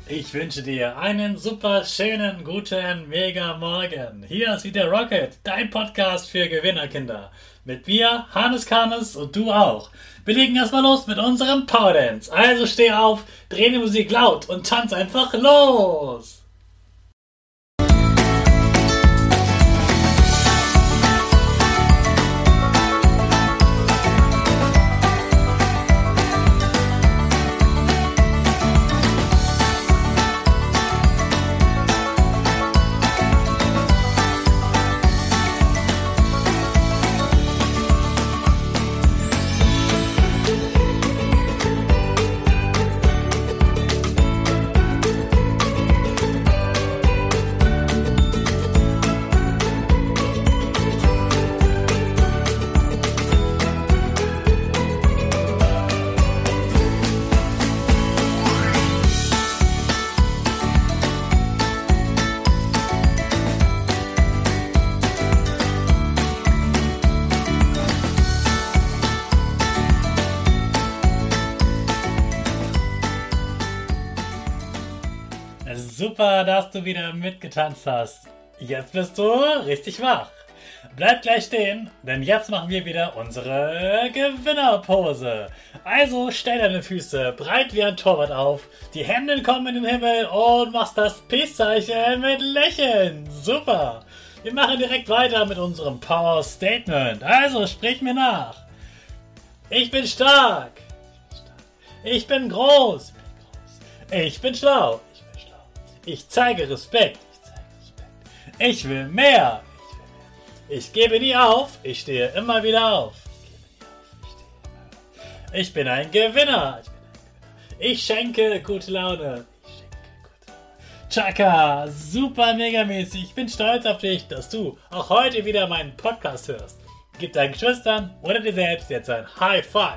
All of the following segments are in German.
Ich wünsche dir einen super schönen, guten, mega Morgen. Hier ist wieder Rocket, dein Podcast für Gewinnerkinder. Mit mir, Hannes Karnes und du auch. Wir legen erstmal los mit unserem Power Dance. Also steh auf, dreh die Musik laut und tanz einfach los. Super, dass du wieder mitgetanzt hast. Jetzt bist du richtig wach. Bleib gleich stehen, denn jetzt machen wir wieder unsere Gewinnerpose. Also stell deine Füße breit wie ein Torwart auf, die Hände kommen in den Himmel und machst das Peace-Zeichen mit Lächeln. Super. Wir machen direkt weiter mit unserem Power Statement. Also sprich mir nach. Ich bin stark. Ich bin groß. Ich bin schlau. Ich zeige Respekt. Ich will mehr. Ich gebe nie auf. Ich stehe immer wieder auf. Ich bin ein Gewinner. Ich schenke gute Laune. Chaka, super megamäßig. Ich bin stolz auf dich, dass du auch heute wieder meinen Podcast hörst. Gib deinen Geschwistern oder dir selbst jetzt ein High Five.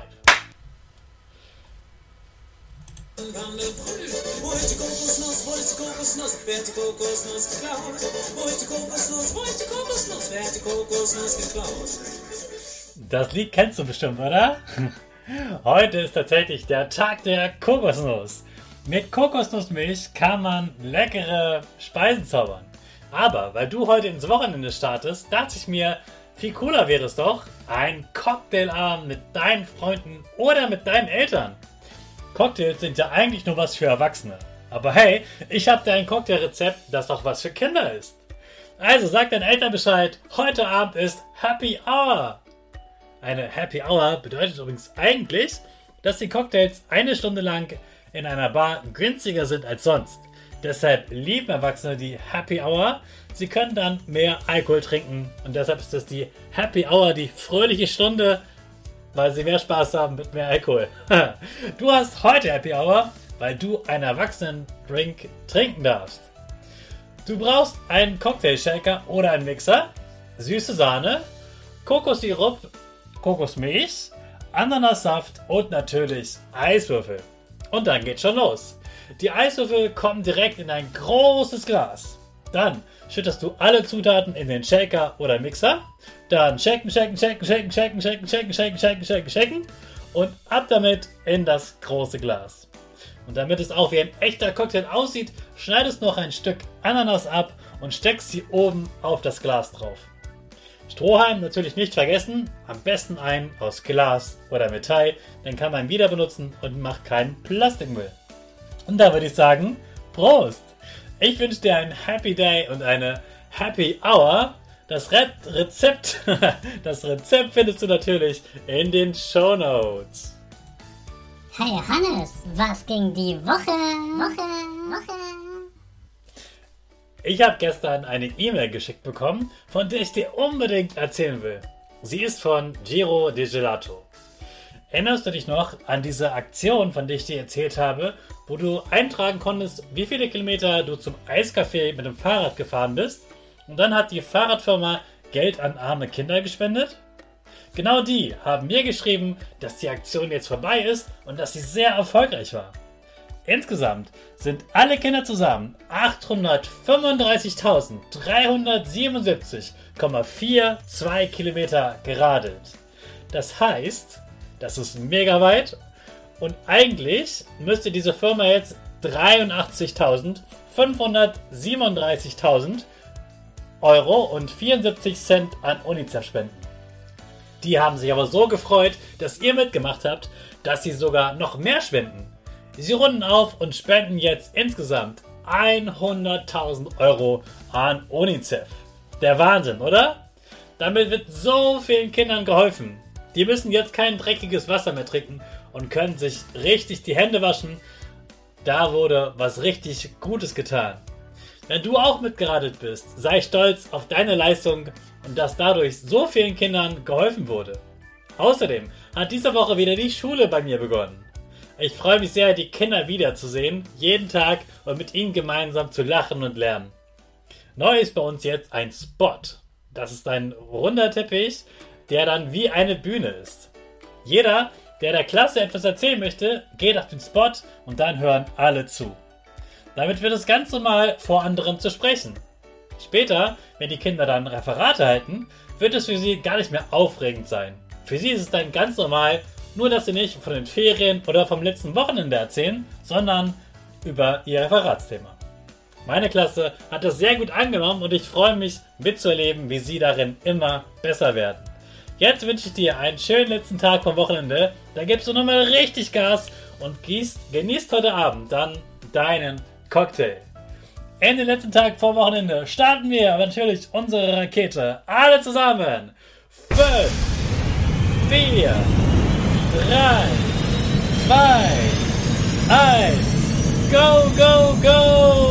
Wo ist die Kokosnuss? Wo ist die Kokosnuss? Wer hat die Kokosnuss geklaut? Wo ist die Kokosnuss? Wo ist die Kokosnuss? Wer hat die Kokosnuss geklaut? Das Lied kennst du bestimmt, oder? Heute ist tatsächlich der Tag der Kokosnuss. Mit Kokosnussmilch kann man leckere Speisen zaubern. Aber weil du heute ins Wochenende startest, dachte ich mir, viel cooler wäre es doch, ein Cocktailabend mit deinen Freunden oder mit deinen Eltern. Cocktails sind ja eigentlich nur was für Erwachsene. Aber hey, ich habe dir ein Cocktailrezept, das auch was für Kinder ist. Also sag deinen Eltern Bescheid, heute Abend ist Happy Hour. Eine Happy Hour bedeutet übrigens eigentlich, dass die Cocktails eine Stunde lang in einer Bar günstiger sind als sonst. Deshalb lieben Erwachsene die Happy Hour. Sie können dann mehr Alkohol trinken und deshalb ist es die Happy Hour, die fröhliche Stunde, weil sie mehr Spaß haben mit mehr Alkohol. Du hast heute Happy Hour, weil du einen Erwachsenen-Drink trinken darfst. Du brauchst einen Cocktailshaker oder einen Mixer, süße Sahne, Kokossirup, Kokosmilch, Ananassaft und natürlich Eiswürfel. Und dann geht's schon los. Die Eiswürfel kommen direkt in ein großes Glas. Dann schüttest du alle Zutaten in den Shaker oder Mixer. Dann shaken und ab damit in das große Glas. Und damit es auch wie ein echter Cocktail aussieht, schneidest noch ein Stück Ananas ab und steckst sie oben auf das Glas drauf. Strohhalm natürlich nicht vergessen, am besten einen aus Glas oder Metall, den kann man wieder benutzen und macht keinen Plastikmüll. Und da würde ich sagen, Prost! Ich wünsche dir einen Happy Day und eine Happy Hour. Das Rezept findest du natürlich in den Shownotes. Hey Hannes, was ging die Woche? Ich habe gestern eine E-Mail geschickt bekommen, von der ich dir unbedingt erzählen will. Sie ist von Giro di Gelato. Erinnerst du dich noch an diese Aktion, von der ich dir erzählt habe, wo du eintragen konntest, wie viele Kilometer du zum Eiscafé mit dem Fahrrad gefahren bist? Und dann hat die Fahrradfirma Geld an arme Kinder gespendet? Genau die haben mir geschrieben, dass die Aktion jetzt vorbei ist und dass sie sehr erfolgreich war. Insgesamt sind alle Kinder zusammen 895.377,42 Kilometer geradelt. Das heißt, das ist mega weit und eigentlich müsste diese Firma jetzt 83.537.000 Euro und 74 Cent an UNICEF spenden. Die haben sich aber so gefreut, dass ihr mitgemacht habt, dass sie sogar noch mehr spenden. Sie runden auf und spenden jetzt insgesamt 100.000 Euro an UNICEF. Der Wahnsinn, oder? Damit wird so vielen Kindern geholfen. Die müssen jetzt kein dreckiges Wasser mehr trinken und können sich richtig die Hände waschen. Da wurde was richtig Gutes getan. Wenn du auch mitgeradelt bist, sei stolz auf deine Leistung und dass dadurch so vielen Kindern geholfen wurde. Außerdem hat diese Woche wieder die Schule bei mir begonnen. Ich freue mich sehr, die Kinder wiederzusehen, jeden Tag und mit ihnen gemeinsam zu lachen und lernen. Neu ist bei uns jetzt ein Spot. Das ist ein runder Teppich, der dann wie eine Bühne ist. Jeder, der der Klasse etwas erzählen möchte, geht auf den Spot und dann hören alle zu. Damit wird es ganz normal, vor anderen zu sprechen. Später, wenn die Kinder dann Referate halten, wird es für sie gar nicht mehr aufregend sein. Für sie ist es dann ganz normal, nur dass sie nicht von den Ferien oder vom letzten Wochenende erzählen, sondern über ihr Referatsthema. Meine Klasse hat das sehr gut angenommen und ich freue mich mitzuerleben, wie sie darin immer besser werden. Jetzt wünsche ich dir einen schönen letzten Tag vom Wochenende. Da gibst du nochmal richtig Gas und genießt heute Abend dann deinen Cocktail. In den letzten Tag vor Wochenende starten wir aber natürlich unsere Rakete. Alle zusammen. 5, 4, 3, 2, 1. Go, go, go!